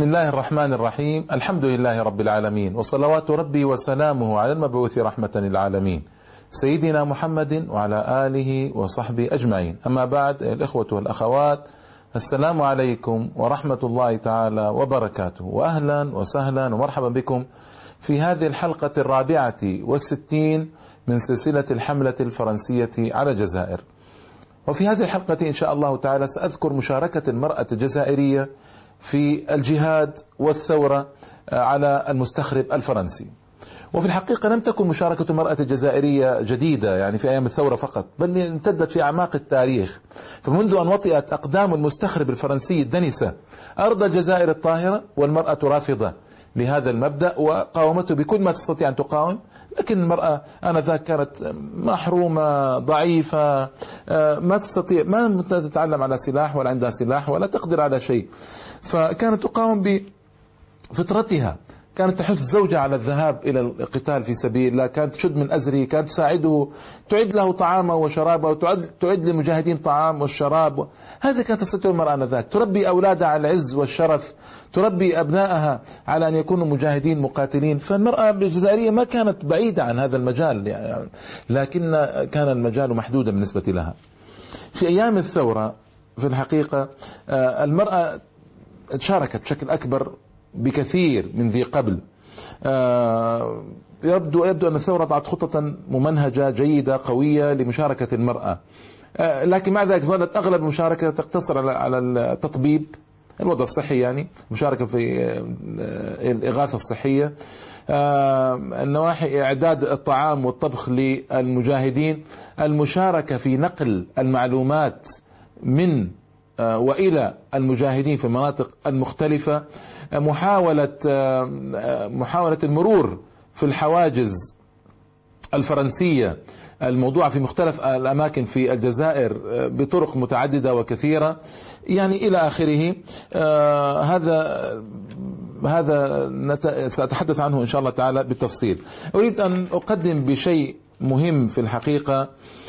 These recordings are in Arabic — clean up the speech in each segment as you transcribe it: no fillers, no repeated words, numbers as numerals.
الله الرحمن الرحيم. الحمد لله رب العالمين، وصلوات ربي وسلامه على المبعوث رحمة للعالمين سيدنا محمد وعلى آله وصحبه أجمعين. أما بعد، الإخوة والأخوات، السلام عليكم ورحمة الله تعالى وبركاته، وأهلا وسهلا ومرحبا بكم في هذه الحلقة 64 من سلسلة الحملة الفرنسية على الجزائر. وفي هذه الحلقة إن شاء الله تعالى سأذكر مشاركة المرأة الجزائرية في الجهاد والثورة على المستخرب الفرنسي. وفي الحقيقة لم تكن مشاركة المرأة الجزائرية جديدة، يعني في أيام الثورة فقط، بل امتدت في أعماق التاريخ. فمنذ أن وطئت أقدام المستخرب الفرنسي الدنسة أرض الجزائر الطاهرة، والمرأة رافضة لهذا المبدأ وقاومته بكل ما تستطيع أن تقاوم. لكن المرأة آنذاك كانت محرومة، ضعيفة، ما تستطيع، ما تتعلم على سلاح ولا عندها سلاح ولا تقدر على شيء، فكانت تقاوم بفطرتها. كانت تحث زوجها على الذهاب إلى القتال في سبيل الله، كانت تشد من أزره، كانت تساعده، تعد له طعامه وشرابه، وتعد للمجاهدين طعام والشراب. هذا كانت تستطيع المرأة آنذاك، تربي أولادها على العز والشرف، تربي أبنائها على أن يكونوا مجاهدين مقاتلين. فالمرأة الجزائرية ما كانت بعيدة عن هذا المجال، يعني لكن كان المجال محدودا بالنسبة لها. في أيام الثورة في الحقيقة المرأة شاركت بشكل أكبر بكثير من ذي قبل. يبدو أن الثورة وضعت خطة ممنهجة جيدة قوية لمشاركة المرأة، لكن مع ذلك ظلت أغلب المشاركة تقتصر على التطبيب، الوضع الصحي، يعني مشاركة في الإغاثة الصحية، النواحي إعداد الطعام والطبخ للمجاهدين، المشاركة في نقل المعلومات من وإلى المجاهدين في المناطق المختلفة، محاولة المرور في الحواجز الفرنسية الموضوعة في مختلف الأماكن في الجزائر بطرق متعددة وكثيرة، يعني إلى آخره. هذا سأتحدث عنه إن شاء الله تعالى بالتفصيل. أريد أن أقدم بشيء مهم في الحقيقة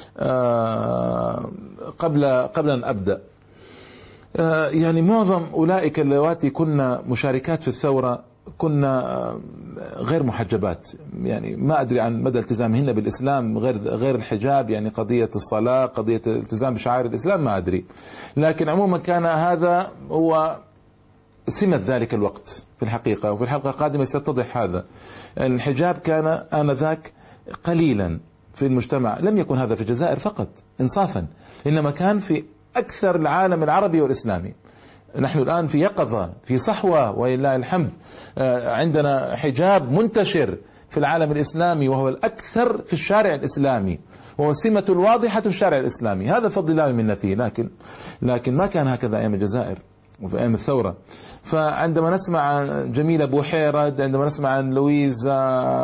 قبل أن أبدأ. يعني معظم أولئك اللواتي كنا مشاركات في الثورة كنا غير محجبات، يعني ما أدري عن مدى التزامهن بالإسلام، غير الحجاب، يعني قضية الصلاة، قضية الالتزام بشعائر الإسلام، ما أدري، لكن عموما كان هذا هو سمة ذلك الوقت في الحقيقة. وفي الحلقة القادمة سيتضح هذا. الحجاب كان آنذاك قليلا في المجتمع، لم يكن هذا في الجزائر فقط إنصافا، إنما كان في أكثر العالم العربي والإسلامي. نحن الآن في يقظة، في صحوة ولله الحمد، عندنا حجاب منتشر في العالم الإسلامي، وهو الأكثر في الشارع الإسلامي، وهو السمة الواضحة في الشارع الإسلامي. هذا فضل الله ومنته، لكن ما كان هكذا أيام الجزائر وفي أيام الثورة. فعندما نسمع عن جميلة بوحيرد، عندما نسمع عن لويزا،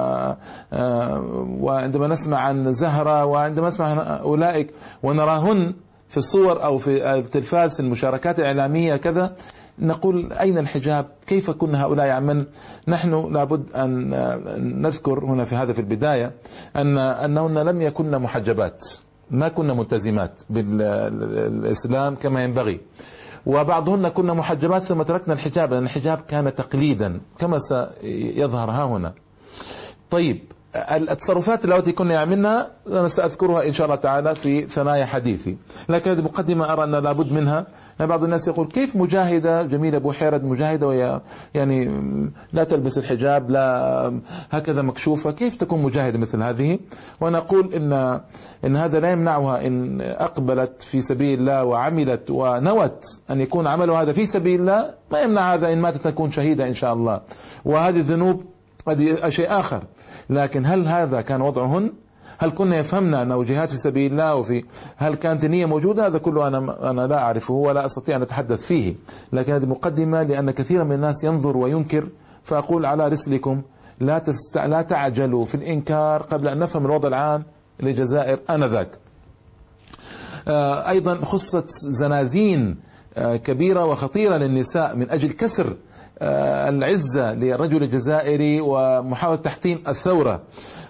وعندما نسمع عن زهرة، وعندما نسمع عن أولئك ونراهن في الصور أو في التلفاز في المشاركات الإعلامية كذا، نقول أين الحجاب؟ كيف كنا هؤلاء يعملون؟ نحن لابد أن نذكر هنا في البداية أنهن لم يكن محجبات، ما كنا ملتزمات بالإسلام كما ينبغي، وبعضهن كنا محجبات ثم تركنا الحجاب، لأن الحجاب كان تقليدا كما سيظهر ها هنا. طيب، التصرفات التي كنا نعملها أنا سأذكرها إن شاء الله تعالى في ثنايا حديثي، لكن هذه مقدمة أرى أن لابد منها. بعض الناس يقول كيف مجاهدة جميلة بوحيرد مجاهدة وهي يعني لا تلبس الحجاب، لا هكذا مكشوفة، كيف تكون مجاهدة مثل هذه؟ وأنا أقول إن هذا لا يمنعها إن أقبلت في سبيل الله وعملت ونوت أن يكون عملها هذا في سبيل الله، ما يمنع هذا إن ماتت تكون شهيدة إن شاء الله. وهذه الذنوب هذه شيء آخر، لكن هل هذا كان وضعهن؟ هل كنا يفهمنا أنه جهاد في سبيل الله هل كانت النية موجودة؟ هذا كله أنا لا أعرفه ولا أستطيع أن أتحدث فيه، لكن هذه مقدمة لأن كثيرا من الناس ينظر وينكر، فأقول على رسلكم، لا تعجلوا في الإنكار قبل أن نفهم الوضع العام للجزائر آنذاك. أيضا خصت زنازين كبيرة وخطيرة للنساء من أجل كسر العزة للرجل الجزائري ومحاولة تحطيم الثورة.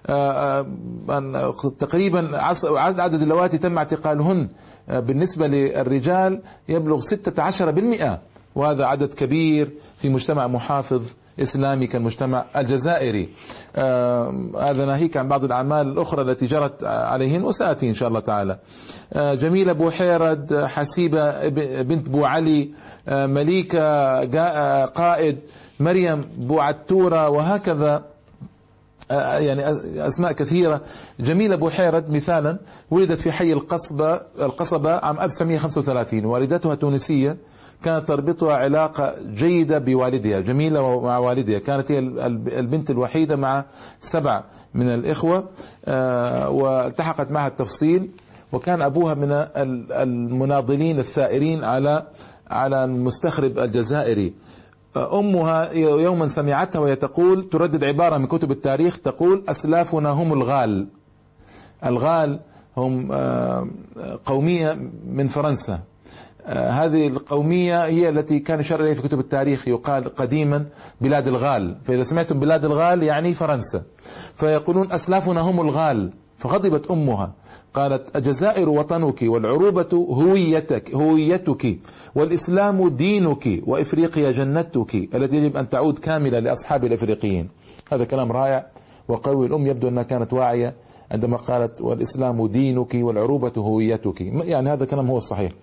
تقريبا عدد اللواتي تم اعتقالهن بالنسبة للرجال يبلغ 16%، وهذا عدد كبير في مجتمع محافظ إسلامي كالمجتمع الجزائري. هذا ناهيك عن بعض الأعمال الأخرى التي جرت عليهن وسآتي إن شاء الله تعالى. جميلة بوحيرد، حسيبة بنت بو علي، مليكة قائد، مريم بو عتورة، وهكذا يعني أسماء كثيرة. جميلة بوحيرد مثالا ولدت في حي القصبة عام 1935، والدتها تونسية، كانت تربطها علاقة جيدة بوالدها. جميلة مع والدها كانت هي البنت الوحيدة مع 7 من الإخوة، والتحقت معها التفصيل، وكان أبوها من المناضلين الثائرين على المستخرب الجزائري. أمها يوما سمعتها وهي تقول، تردد عبارة من كتب التاريخ تقول: أسلافنا هم الغال. الغال هم قومية من فرنسا. هذه القومية هي التي كان يشار إليها في كتب التاريخ، يقال قديما بلاد الغال، فإذا سمعتم بلاد الغال يعني فرنسا، فيقولون أسلافنا هم الغال. فغضبت أمها، قالت: الجزائر وطنك، والعروبة هويتك، والإسلام دينك، وإفريقيا جنتك التي يجب أن تعود كاملة لأصحاب الإفريقيين. هذا كلام رائع وقوي. الأم يبدو أنها كانت واعية عندما قالت: والإسلام دينك والعروبة هويتك، يعني هذا كلام هو الصحيح.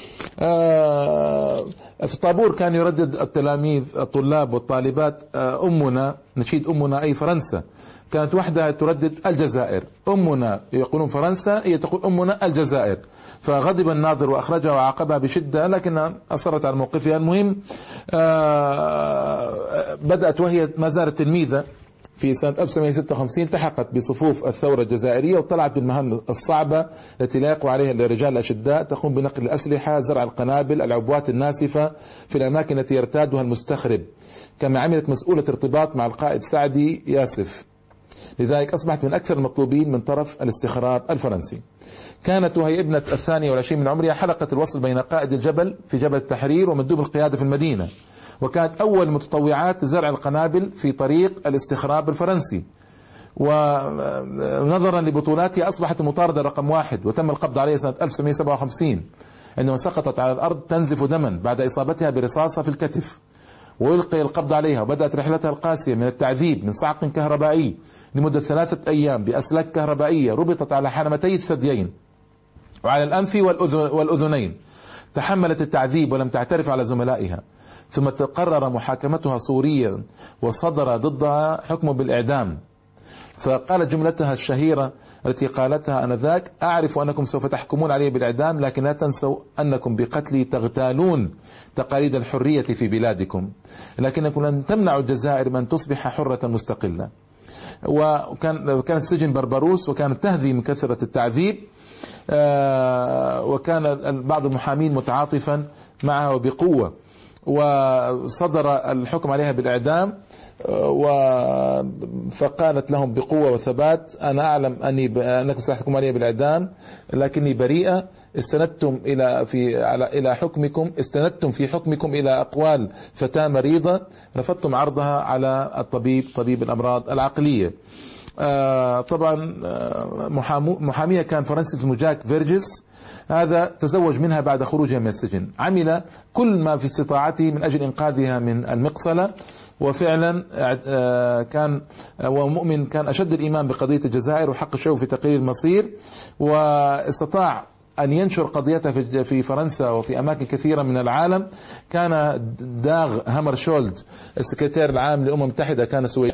في الطابور كان يردد الطلاب والطالبات: أمنا، نشيد أمنا أي فرنسا. كانت وحدها تردد الجزائر. أمنا يقولون فرنسا، هي تقول أمنا الجزائر. فغضب الناظر وأخرجها وعاقبها بشدة، لكنها أصرت على موقفها. المهم بدأت وهي ما زالت تلميذة في سنة 1956، التحقت بصفوف الثورة الجزائرية وطلعت بالمهام الصعبة التي لا يقوى عليها الرجال الأشداء، تقوم بنقل الأسلحة، زرع القنابل، العبوات الناسفة في الأماكن التي يرتادها المستخرب، كما عملت مسؤولة ارتباط مع القائد سعدي ياسف. لذلك أصبحت من أكثر المطلوبين من طرف الاستخراب الفرنسي. كانت وهي ابنة 22 من عمرها حلقة الوصل بين قائد الجبل في جبل التحرير ومندوب القيادة في المدينة، وكانت أول متطوعات زرع القنابل في طريق الاستخراب الفرنسي. ونظرا لبطولاتها أصبحت المطاردة رقم 1، وتم القبض عليها سنة 1957 عندما سقطت على الأرض تنزف دما بعد إصابتها برصاصة في الكتف، ويلقي القبض عليها. وبدأت رحلتها القاسية من التعذيب من صعق كهربائي لمدة 3 أيام بأسلاك كهربائية ربطت على حنمتي الثديين وعلى الأنف والأذنين. تحملت التعذيب ولم تعترف على زملائها، ثم تقرر محاكمتها صوريا وصدر ضدها حكم بالإعدام. فقالت جملتها الشهيرة التي قالتها آنذاك: أعرف أنكم سوف تحكمون علي بالإعدام، لكن لا تنسوا أنكم بقتلي تغتالون تقاليد الحرية في بلادكم، لكنكم لن تمنعوا الجزائر من تصبح حرة مستقلة. وكانت سجن بربروس، وكانت تهذي من كثرة التعذيب، وكان بعض المحامين متعاطفا معها وبقوة، وصدر الحكم عليها بالإعدام. فقالت لهم بقوة وثبات: أنا أعلم أنكم ستحكمون علي بالإعدام، لكني بريئة. استندتم في حكمكم إلى أقوال فتاة مريضة، رفضتم عرضها على طبيب الأمراض العقلية. طبعا محامية كان فرنسي اسمه جاك فيرجس، هذا تزوج منها بعد خروجها من السجن، عمل كل ما في استطاعته من أجل إنقاذها من المقصلة، وفعلا كان ومؤمن، كان أشد الإيمان بقضية الجزائر وحق الشعوب في تقرير المصير، واستطاع أن ينشر قضيته في فرنسا وفي أماكن كثيرة من العالم. كان داغ هامرشولد السكرتير العام للأمم المتحدة كان سويسري،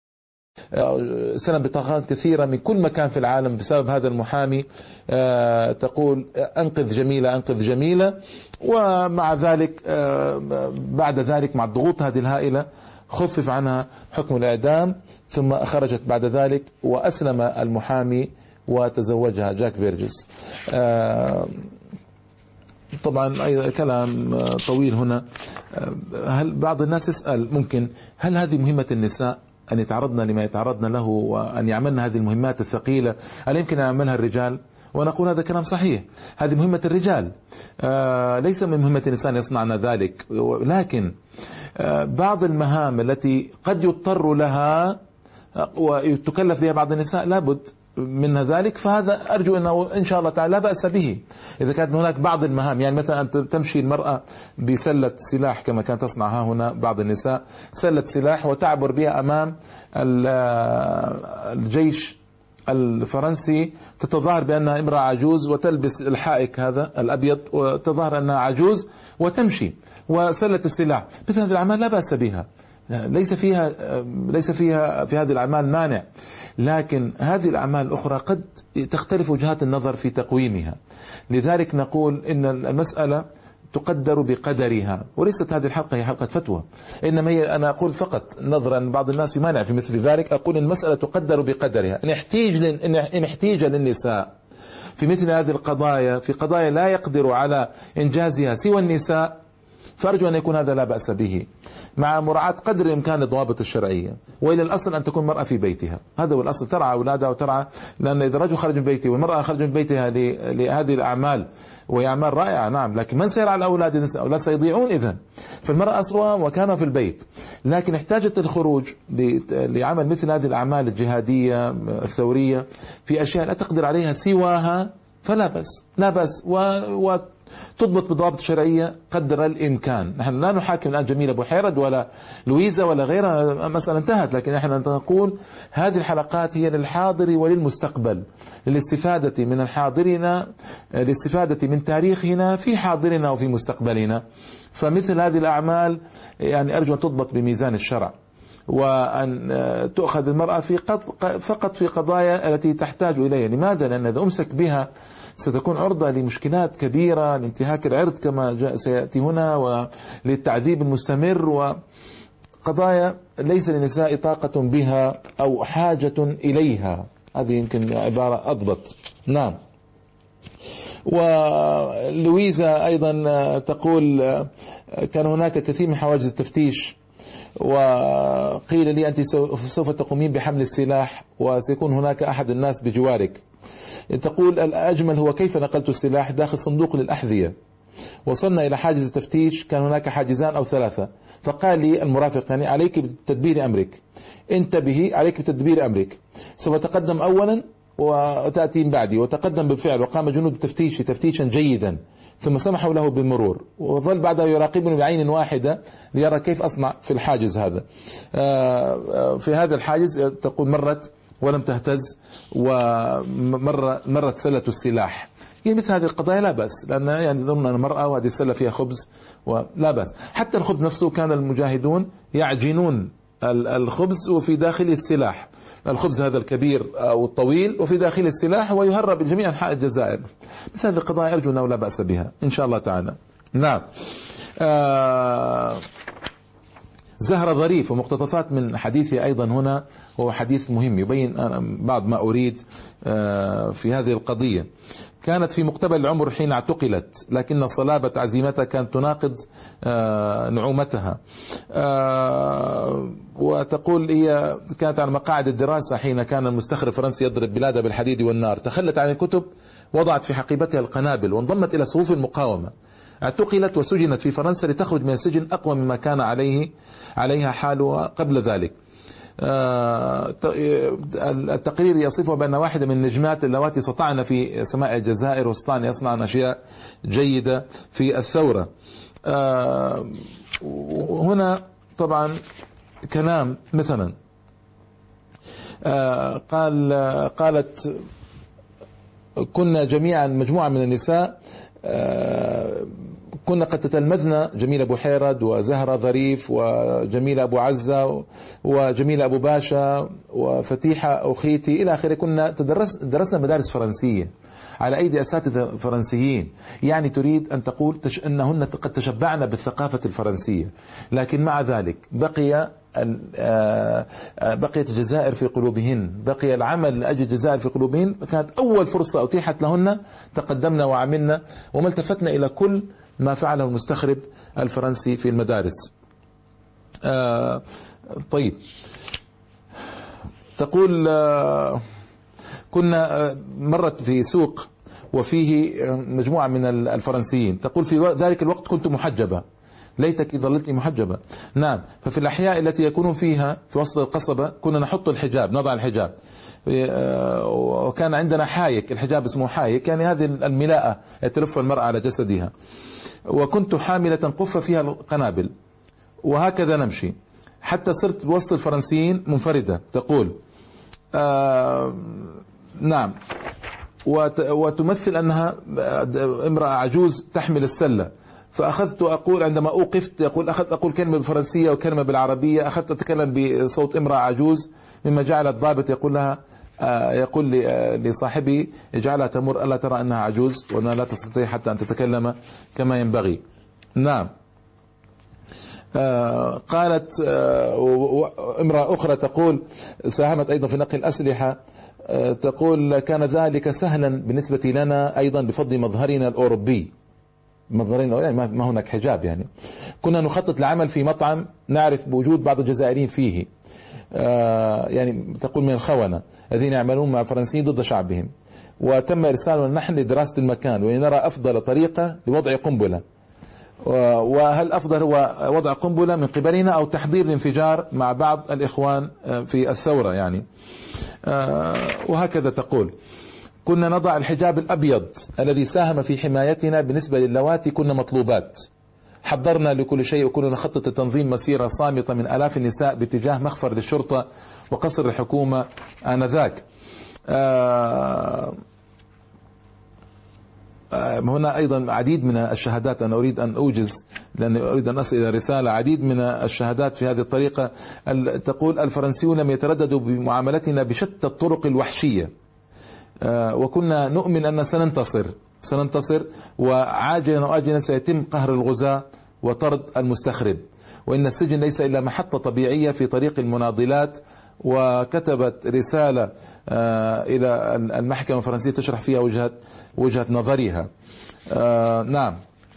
سلم بطاقات كثيرة من كل مكان في العالم بسبب هذا المحامي، تقول: أنقذ جميلة أنقذ جميلة. ومع ذلك بعد ذلك مع الضغوط هذه الهائلة خفف عنها حكم الإعدام، ثم خرجت بعد ذلك وأسلم المحامي وتزوجها جاك فيرجس. طبعا أي كلام طويل هنا. هل بعض الناس يسأل ممكن هل هذه مهمة النساء أن يتعرضن لما يتعرضن له وأن يعملن هذه المهمات الثقيلة؟ هل يمكن أن يعملها الرجال؟ ونقول هذا كلام صحيح، هذه مهمة الرجال، ليس من مهمة الإنسان يصنعن ذلك، لكن بعض المهام التي قد يضطر لها وتكلف بها بعض النساء لابد من ذلك فهذا أرجو أنه إن شاء الله تعالى لا بأس به. إذا كانت هناك بعض المهام، يعني مثلا أن تمشي المرأة بسلة سلاح كما كانت تصنعها هنا بعض النساء، سلة سلاح وتعبر بها أمام الجيش الفرنسي، تتظاهر بأنها امرأة عجوز وتلبس الحائك هذا الأبيض وتظاهر أنها عجوز وتمشي وسلة السلاح. مثل هذه الأعمال لا بأس بها، ليس فيها في هذه الأعمال مانع، لكن هذه الأعمال الأخرى قد تختلف وجهات النظر في تقويمها. لذلك نقول إن المسألة تقدر بقدرها، وليست هذه الحلقة هي حلقة فتوى، إنما هي أنا أقول فقط نظرا بعض الناس يمانع في مثل ذلك، أقول إن المسألة تقدر بقدرها. إن احتيج للنساء في مثل هذه القضايا، في قضايا لا يقدر على إنجازها سوى النساء، فأرجو أن يكون هذا لا بأس به، مع مراعاة قدر الإمكان الضوابط الشرعية. وإلى الأصل أن تكون المرأة في بيتها، هذا هو الأصل، ترعى أولادها وترعى، لأن إذا الرجل خرج من بيته والمرأة خرج من بيتها لهذه الأعمال، وهي أعمال رائعة نعم، لكن من سيرعى الأولاد؟ الأولاد سيضيعون إذن. فالمرأة أصلها وكان في البيت، لكن احتاجت الخروج لعمل مثل هذه الأعمال الجهادية الثورية في أشياء لا تقدر عليها سواها، فلا بأس، لا بأس، تضبط بضوابط شرعية قدر الإمكان. نحن لا نحاكم الآن جميلة بحيرد ولا لويزا ولا غيرها، مسألة انتهت، لكن نحن نقول هذه الحلقات هي للحاضر وللمستقبل، للاستفادة من الحاضرين، للاستفادة من تاريخنا في حاضرنا وفي مستقبلنا. فمثل هذه الأعمال يعني أرجو أن تضبط بميزان الشرع، وأن تؤخذ المرأة فقط في قضايا التي تحتاج إليها. لماذا؟ لأن إذا أمسك بها ستكون عرضة لمشكلات كبيرة، لانتهاك العرض كما سيأتي هنا، وللتعذيب المستمر، وقضايا ليس للنساء طاقة بها أو حاجة إليها. هذه يمكن عبارة أضبط. نعم. ولويزا أيضا تقول كان هناك كثير من حواجز التفتيش، وقيل لي أنت سوف تقومين بحمل السلاح وسيكون هناك أحد الناس بجوارك. تقول الأجمل هو كيف نقلت السلاح داخل صندوق للأحذية، وصلنا إلى حاجز التفتيش، كان هناك حاجزان أو 3، فقال لي المرافق يعني عليك بتدبير أمرك، انتبهي، عليك بتدبير أمرك، سوف تقدم أولا وتأتين بعدي. وتقدم بالفعل، وقام جنود التفتيش تفتيشا جيدا، ثم سمحوا له بالمرور، وظل بعدها يراقبني بعين واحدة ليرى كيف أصنع في الحاجز هذا. في هذا الحاجز تقول مرت ولم تهتز، ومرت سلة السلاح. يعني مثل هذه القضايا لا بأس، لأن يعني ضمن المرأة وهذه السلة فيها خبز ولا بأس. حتى الخبز نفسه كان المجاهدون يعجنون الخبز وفي داخل السلاح، الخبز هذا الكبير أو الطويل وفي داخل السلاح، ويهرب جميع أنحاء الجزائر. مثل هذه القضايا أرجو أنه لا بأس بها إن شاء الله تعالى. نعم. زهرة ظريف ومقتطفات من حديثي أيضا هنا، وهو حديث مهم يبين بعض ما أريد في هذه القضية. كانت في مقتبل العمر حين اعتقلت، لكن صلابة عزيمتها كانت تناقض نعومتها. وتقول هي كانت على مقاعد الدراسة حين كان المستخرب الفرنسي يضرب بلادها بالحديد والنار، تخلت عن الكتب، وضعت في حقيبتها القنابل، وانضمت إلى صفوف المقاومة. اعتقلت وسجنت في فرنسا لتخرج من السجن أقوى مما كان عليها حالها قبل ذلك. التقرير يصفها بأن واحدة من النجمات اللواتي سطعن في سماء الجزائر، واستطاعن يصنعن أشياء جيدة في الثورة. هنا طبعا كلام مثلا قالت كنا جميعا مجموعة من النساء كنا قد تتلمذنا، جميلة أبو حيرد وزهرة ظريف وجميلة أبو عزة وجميلة أبو باشا وفتيحة أخيتي إلى آخره. كنا درسنا مدارس فرنسية على أيدي أساتذة فرنسيين، يعني تريد أن تقول أنهن قد تشبعن بالثقافة الفرنسية، لكن مع ذلك بقيت الجزائر في قلوبهن، بقي العمل لأجل الجزائر في قلوبهن. كانت أول فرصة أتيحت لهن تقدمنا وعملنا، وما التفتنا إلى كل ما فعله المستخرب الفرنسي في المدارس. طيب، تقول كنا مرت في سوق وفيه مجموعة من الفرنسيين، تقول في ذلك الوقت كنت محجبة، ليتك ظلتني محجبة. نعم. ففي الأحياء التي يكونون فيها في وسط القصبة كنا نحط الحجاب، نضع الحجاب، وكان عندنا حايك، الحجاب اسمه حايك، يعني هذه الملاءة تلف المرأة على جسدها، وكنت حاملة قفة فيها القنابل، وهكذا نمشي حتى صرت بوسط الفرنسيين منفردة تقول نعم، وتمثل أنها امرأة عجوز تحمل السلة. فأخذت أقول عندما أوقفت أخذت أقول كلمة بالفرنسية وكلمة بالعربية، أخذت أتكلم بصوت امرأة عجوز، مما جعل الضابط يقول لها يقول لصاحبي اجعلها تمر، ألا ترى أنها عجوز وأنها لا تستطيع حتى أن تتكلم كما ينبغي. نعم. قالت امرأة أخرى تقول ساهمت أيضا في نقل الأسلحة، تقول كان ذلك سهلا بالنسبة لنا أيضا بفضل مظهرنا الأوروبي، مظهرنا يعني ما هناك حجاب، يعني كنا نخطط لعمل في مطعم نعرف بوجود بعض الجزائريين فيه، يعني تقول من الخونة الذين يعملون مع الفرنسيين ضد شعبهم، وتم إرسالنا نحن لدراسة المكان ولنرى أفضل طريقة لوضع قنبلة، وهل أفضل هو وضع قنبلة من قبلنا أو تحضير الانفجار مع بعض الإخوان في الثورة يعني. وهكذا تقول كنا نضع الحجاب الأبيض الذي ساهم في حمايتنا بالنسبة للواتي، كنا مطلوبات، حضرنا لكل شيء، وكنا نخطط لتنظيم مسيرة صامتة من آلاف النساء باتجاه مخفر للشرطة وقصر الحكومة آنذاك. هنا أيضا عديد من الشهادات، أنا أريد أن أوجز لأني أريد أن أصل إلى رسالة، عديد من الشهادات في هذه الطريقة. تقول الفرنسيون لم يترددوا بمعاملتنا بشتى الطرق الوحشية، وكنا نؤمن أن سننتصر وعاجلا وآجلا سيتم قهر الغزاة وطرد المستخرب، وإن السجن ليس إلا محطة طبيعية في طريق المناضلات. وكتبت رسالة إلى المحكمة الفرنسية تشرح فيها وجهة نظرها. نعم.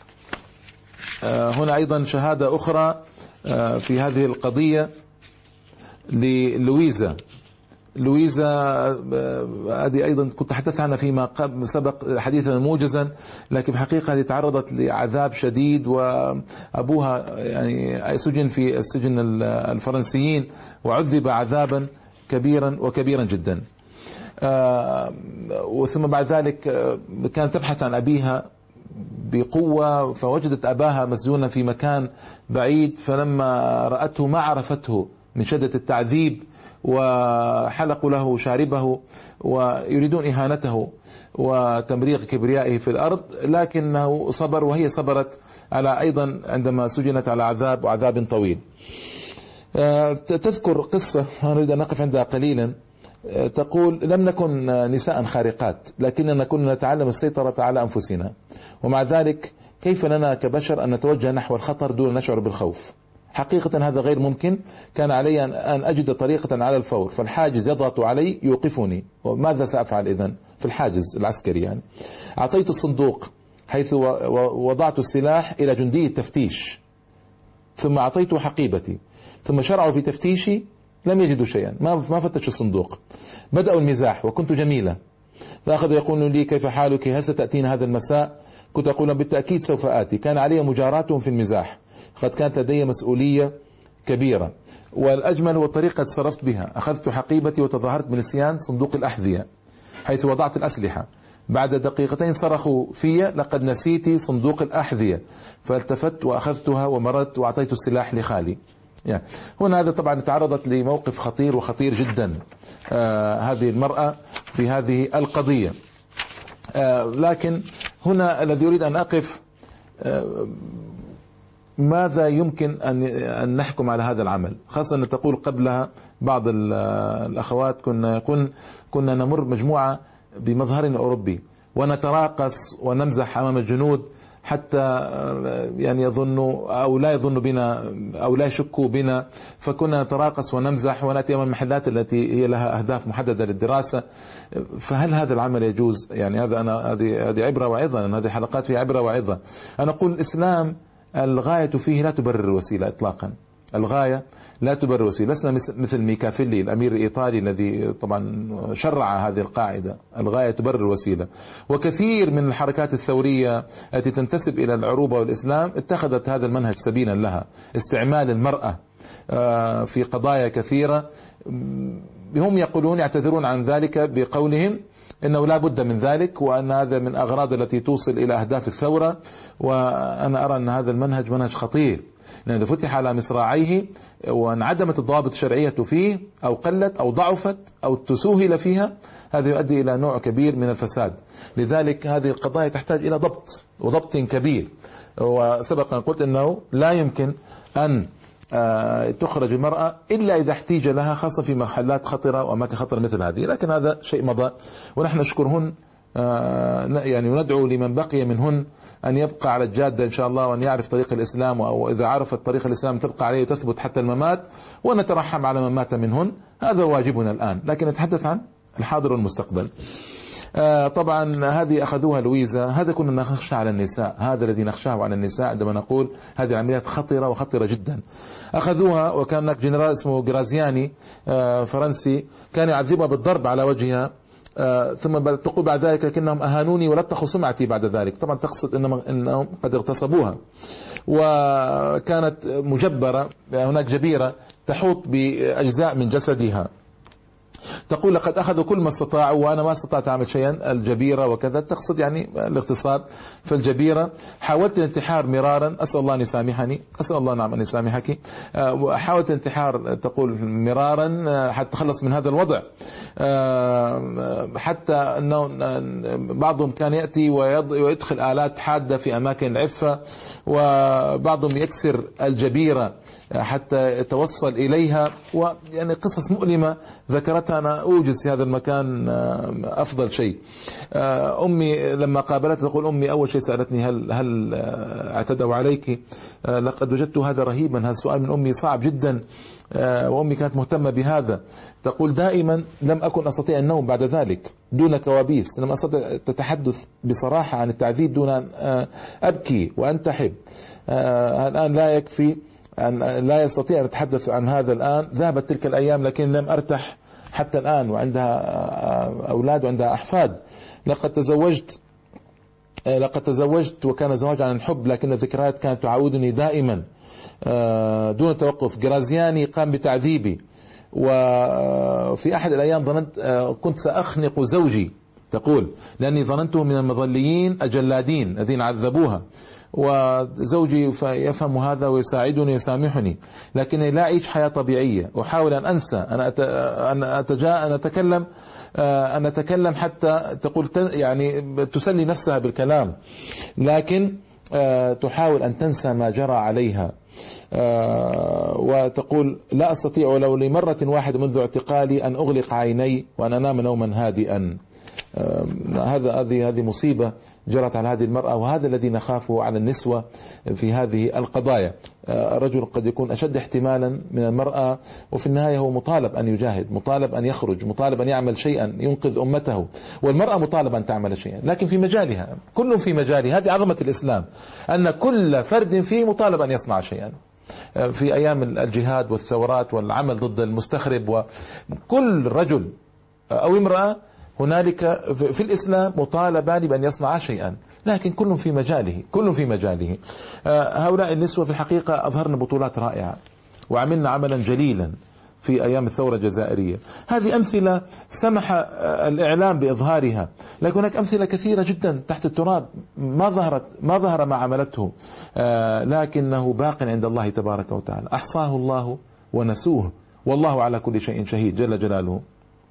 هنا أيضا شهادة أخرى في هذه القضية للويزا. هذه أيضا كنت أتحدث عنها فيما سبق حديثا موجزا، لكن في الحقيقة هذه تعرضت لعذاب شديد، وأبوها يعني سجن في السجن الفرنسيين وعذب عذابا كبيرا جدا. وثم بعد ذلك كانت تبحث عن أبيها بقوة، فوجدت أباها مسجونا في مكان بعيد، فلما رأته ما عرفته من شدة التعذيب، وحلقوا له شاربه ويريدون إهانته وتمريغ كبريائه في الأرض، لكنه صبر وهي صبرت على أيضا عندما سجنت على عذاب طويل. تذكر قصة نريد أن نقف عندها قليلا. تقول لم نكن نساء خارقات، لكننا كنا نتعلم السيطرة على أنفسنا، ومع ذلك كيف لنا كبشر أن نتوجه نحو الخطر دون أن نشعر بالخوف؟ حقيقة هذا غير ممكن. كان علي أن أجد طريقة على الفور، فالحاجز يضغط علي يوقفني، وماذا سأفعل إذن في الحاجز العسكري؟ يعني أعطيت الصندوق حيث وضعت السلاح إلى جندي التفتيش، ثم أعطيته حقيبتي، ثم شرعوا في تفتيشي، لم يجدوا شيئا، ما فتشوا الصندوق. بدأوا المزاح وكنت جميلة، فأخذوا يقولون لي كيف حالك، هل ستأتين هذا المساء؟ كنت أقول بالتأكيد سوف آتي. كان علي مجاراتهم في المزاح، قد كانت لدي مسؤولية كبيرة، والأجمل هو الطريقة تصرفت بها. أخذت حقيبتي وتظاهرت بنسيان صندوق الأحذية حيث وضعت الأسلحة. بعد دقيقتين صرخوا في لقد نسيت صندوق الأحذية، فالتفت وأخذتها ومرت وأعطيت السلاح لخالي. يعني هنا هذا طبعا تعرضت لموقف خطير وخطير جدا هذه المرأة بهذه القضية. لكن هنا الذي يريد أن أقف، ماذا يمكن أن نحكم على هذا العمل؟ خاصة أن تقول قبلها بعض الأخوات كنا نمر مجموعة بمظهر أوروبي ونتراقص ونمزح أمام الجنود حتى يعني يظنوا أو لا يظنوا بنا أو لا يشكوا بنا، فكنا نتراقص ونمزح ونأتي أمام المحلات التي هي لها أهداف محددة للدراسة. فهل هذا العمل يجوز؟ يعني هذه عبرة وعظة، هذه حلقات فيها عبرة وعظة. أنا أقول الإسلام الغاية فيه لا تبرر الوسيلة إطلاقا. الغاية لا تبرر الوسيلة. لسنا مثل ميكافيلي الأمير الإيطالي الذي طبعا شرع هذه القاعدة، الغاية تبرر الوسيلة. وكثير من الحركات الثورية التي تنتسب إلى العروبة والإسلام اتخذت هذا المنهج سبيلا لها، استعمال المرأة في قضايا كثيرة. هم يقولون، يعتذرون عن ذلك بقولهم إنه لا بد من ذلك، وأن هذا من أغراض التي توصل إلى أهداف الثورة. وأنا أرى أن هذا المنهج منهج خطير، لأن إذا فتح على مصراعيه وانعدمت الضوابط الشرعية فيه أو قلت أو ضعفت أو تسوهل فيها، هذا يؤدي إلى نوع كبير من الفساد. لذلك هذه القضايا تحتاج إلى ضبط، وضبط كبير. وسبق أن قلت أنه لا يمكن أن تخرج المرأة إلا إذا احتيج لها، خاصة في محلات خطرة وأماكن خطرة مثل هذه. لكن هذا شيء مضى، ونحن نشكرهن يعني، وندعو لمن بقي منهن أن يبقى على الجادة إن شاء الله، وأن يعرف طريق الإسلام، أو إذا عرفت طريق الإسلام تبقى عليه وتثبت حتى الممات، ونترحم على من مات منهن. هذا واجبنا الآن، لكن نتحدث عن الحاضر والمستقبل. طبعا هذه أخذوها لويزا، هذا كنا نخشى على النساء، هذا الذي نخشاه على النساء عندما نقول هذه العمليات خطرة وخطرة جدا. أخذوها، وكان هناك جنرال اسمه جرازياني فرنسي كان يعذبها بالضرب على وجهها، ثم تقول بعد ذلك لكنهم أهانوني ولطخوا سمعتي بعد ذلك. طبعا تقصد أنهم قد اغتصبوها، وكانت مجبرة، هناك جبيرة تحوط بأجزاء من جسدها. تقول لقد أخذوا كل ما استطاعوا وأنا ما استطعت أعمل شيئا، الجبيرة وكذا، تقصد يعني الاغتصاب. فالجبيرة حاولت الانتحار مرارا، أسأل الله أن يسامحني، أسأل الله نعم أن يسامحك. حاولت الانتحار تقول مرارا حتى تخلص من هذا الوضع، حتى أنه بعضهم كان يأتي ويدخل آلات حادة في أماكن العفة، وبعضهم يكسر الجبيرة حتى يتوصل إليها. ويعني قصص مؤلمة ذكرتها، أنا أوجز في هذا المكان أفضل شيء. أمي لما قابلت تقول أمي أول شيء سألتني هل اعتدوا عليك؟ لقد وجدت هذا رهيبا، هذا السؤال من أمي صعب جدا، وأمي كانت مهتمة بهذا. تقول دائما لم أكن أستطيع النوم بعد ذلك دون كوابيس، لم أستطيع تتحدث بصراحة عن التعذيب دون أن أبكي وأنتحب. الآن لا يكفي أن لا يستطيع أن أتحدث عن هذا الآن. ذهبت تلك الأيام لكن لم أرتاح حتى الآن، وعندها أولاد وعندها أحفاد. لقد تزوجت وكان زواج عن الحب، لكن الذكريات كانت تعودني دائما دون توقف. جرازياني قام بتعذيبي، وفي أحد الأيام ظننت كنت سأخنق زوجي، تقول لأني ظننته من المظليين الجلادين الذين عذبوها، وزوجي يفهم هذا ويساعدني ويسامحني، لكني لا أعيش حياة طبيعية. أحاول أن أنسى، أن أتكلم حتى تقول يعني تسلي نفسها بالكلام، لكن تحاول أن تنسى ما جرى عليها. وتقول لا أستطيع ولو لمرة واحدة منذ اعتقالي أن أغلق عيني وأن أنام نوما هادئا. هذه مصيبة جرت على هذه المرأة، وهذا الذي نخافه على النسوة في هذه القضايا. الرجل قد يكون أشد احتمالا من المرأة، وفي النهاية هو مطالب أن يجاهد، مطالب أن يخرج، مطالب أن يعمل شيئا ينقذ أمته، والمرأة مطالبة أن تعمل شيئا، لكن في مجالها، كل في مجاله. هذه عظمة الإسلام، أن كل فرد فيه مطالب أن يصنع شيئا. في أيام الجهاد والثورات والعمل ضد المستخرب، وكل رجل أو امرأة هنالك في الإسلام مطالبان بأن يصنع شيئا، لكن كل في مجاله، كل في مجاله. هؤلاء النسوة في الحقيقة أظهرن بطولات رائعة، وعملنا عملا جليلا في أيام الثورة الجزائرية. هذه أمثلة سمح الإعلام بإظهارها، لكن هناك أمثلة كثيرة جدا تحت التراب ما ظهر ما عملته، لكنه باق عند الله تبارك وتعالى. أحصاه الله ونسوه، والله على كل شيء شهيد جل جلاله.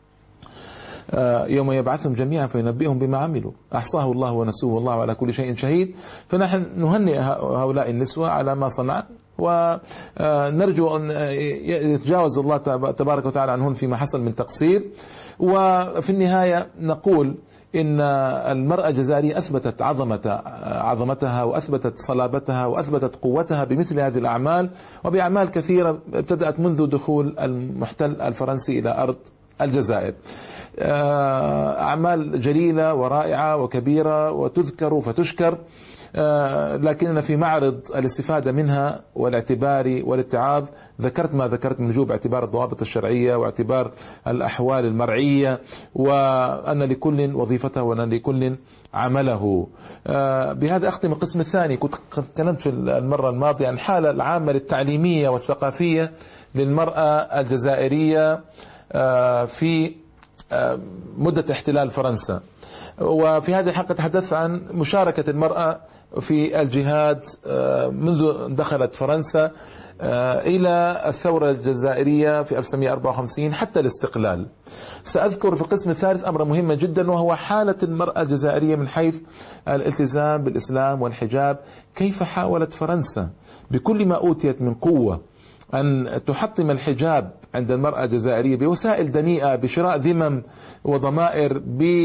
يوم يبعثهم جميعا فينبئهم بما عملوا، أحصاه الله ونسوه والله على كل شيء شهيد. فنحن نهنئ هؤلاء النسوة على ما صنع، ونرجو أن يتجاوز الله تبارك وتعالى عنهن فيما حصل من تقصير. وفي النهاية نقول إن المرأة الجزائرية أثبتت عظمتها، وأثبتت صلابتها، وأثبتت قوتها بمثل هذه الأعمال، وبأعمال كثيرة ابتدأت منذ دخول المحتل الفرنسي إلى أرض الجزائر. أعمال جليلة ورائعة وكبيرة وتذكر فتشكر. لكننا في معرض الاستفادة منها والاعتبار والاتعاظ ذكرت ما ذكرت من وجوب اعتبار الضوابط الشرعية واعتبار الأحوال المرعية، وأن لكل وظيفته وأن لكل عمله. بهذا أختم القسم الثاني. كنت تكلمت في المرة الماضية عن الحالة العامة التعليمية والثقافية للمرأة الجزائرية في مدة احتلال فرنسا، وفي هذه الحلقة تحدثت عن مشاركة المرأة في الجهاد منذ دخلت فرنسا إلى الثورة الجزائرية في 1954 حتى الاستقلال. سأذكر في القسم الثالث أمر مهم جدا، وهو حالة المرأة الجزائرية من حيث الالتزام بالإسلام والحجاب. كيف حاولت فرنسا بكل ما أوتيت من قوة أن تحطم الحجاب عند المرأة الجزائرية بوسائل دنيئة، بشراء ذمم وضمائر،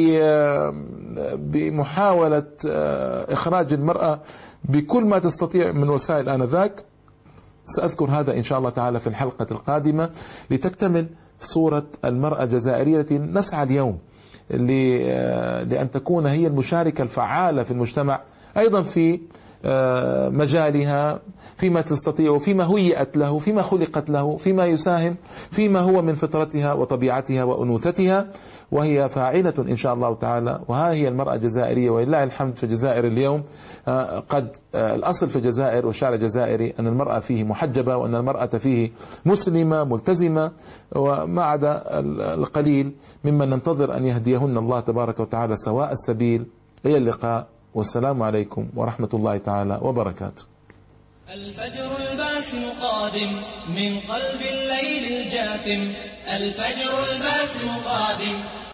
بمحاولة إخراج المرأة بكل ما تستطيع من وسائل آنذاك. سأذكر هذا إن شاء الله تعالى في الحلقة القادمة لتكتمل صورة المرأة الجزائرية التي نسعى اليوم لأن تكون هي المشاركة الفعالة في المجتمع، أيضا في مجالها، فيما تستطيع، فيما هيئت له، فيما خلقت له، فيما يساهم، فيما هو من فطرتها وطبيعتها وأنوثتها، وهي فاعلة إن شاء الله تعالى. وها هي المرأة الجزائرية ولله الحمد في الجزائر اليوم. قد الأصل في الجزائر والشارع الجزائري أن المرأة فيه محجبة، وأن المرأة فيه مسلمة ملتزمة، وما عدا القليل ممن ننتظر أن يهديهن الله تبارك وتعالى سواء السبيل. إلى اللقاء، والسلام عليكم ورحمة الله تعالى وبركاته. الفجر الباسم قادم من قلب الليل الجاثم، الفجر الباسم قادم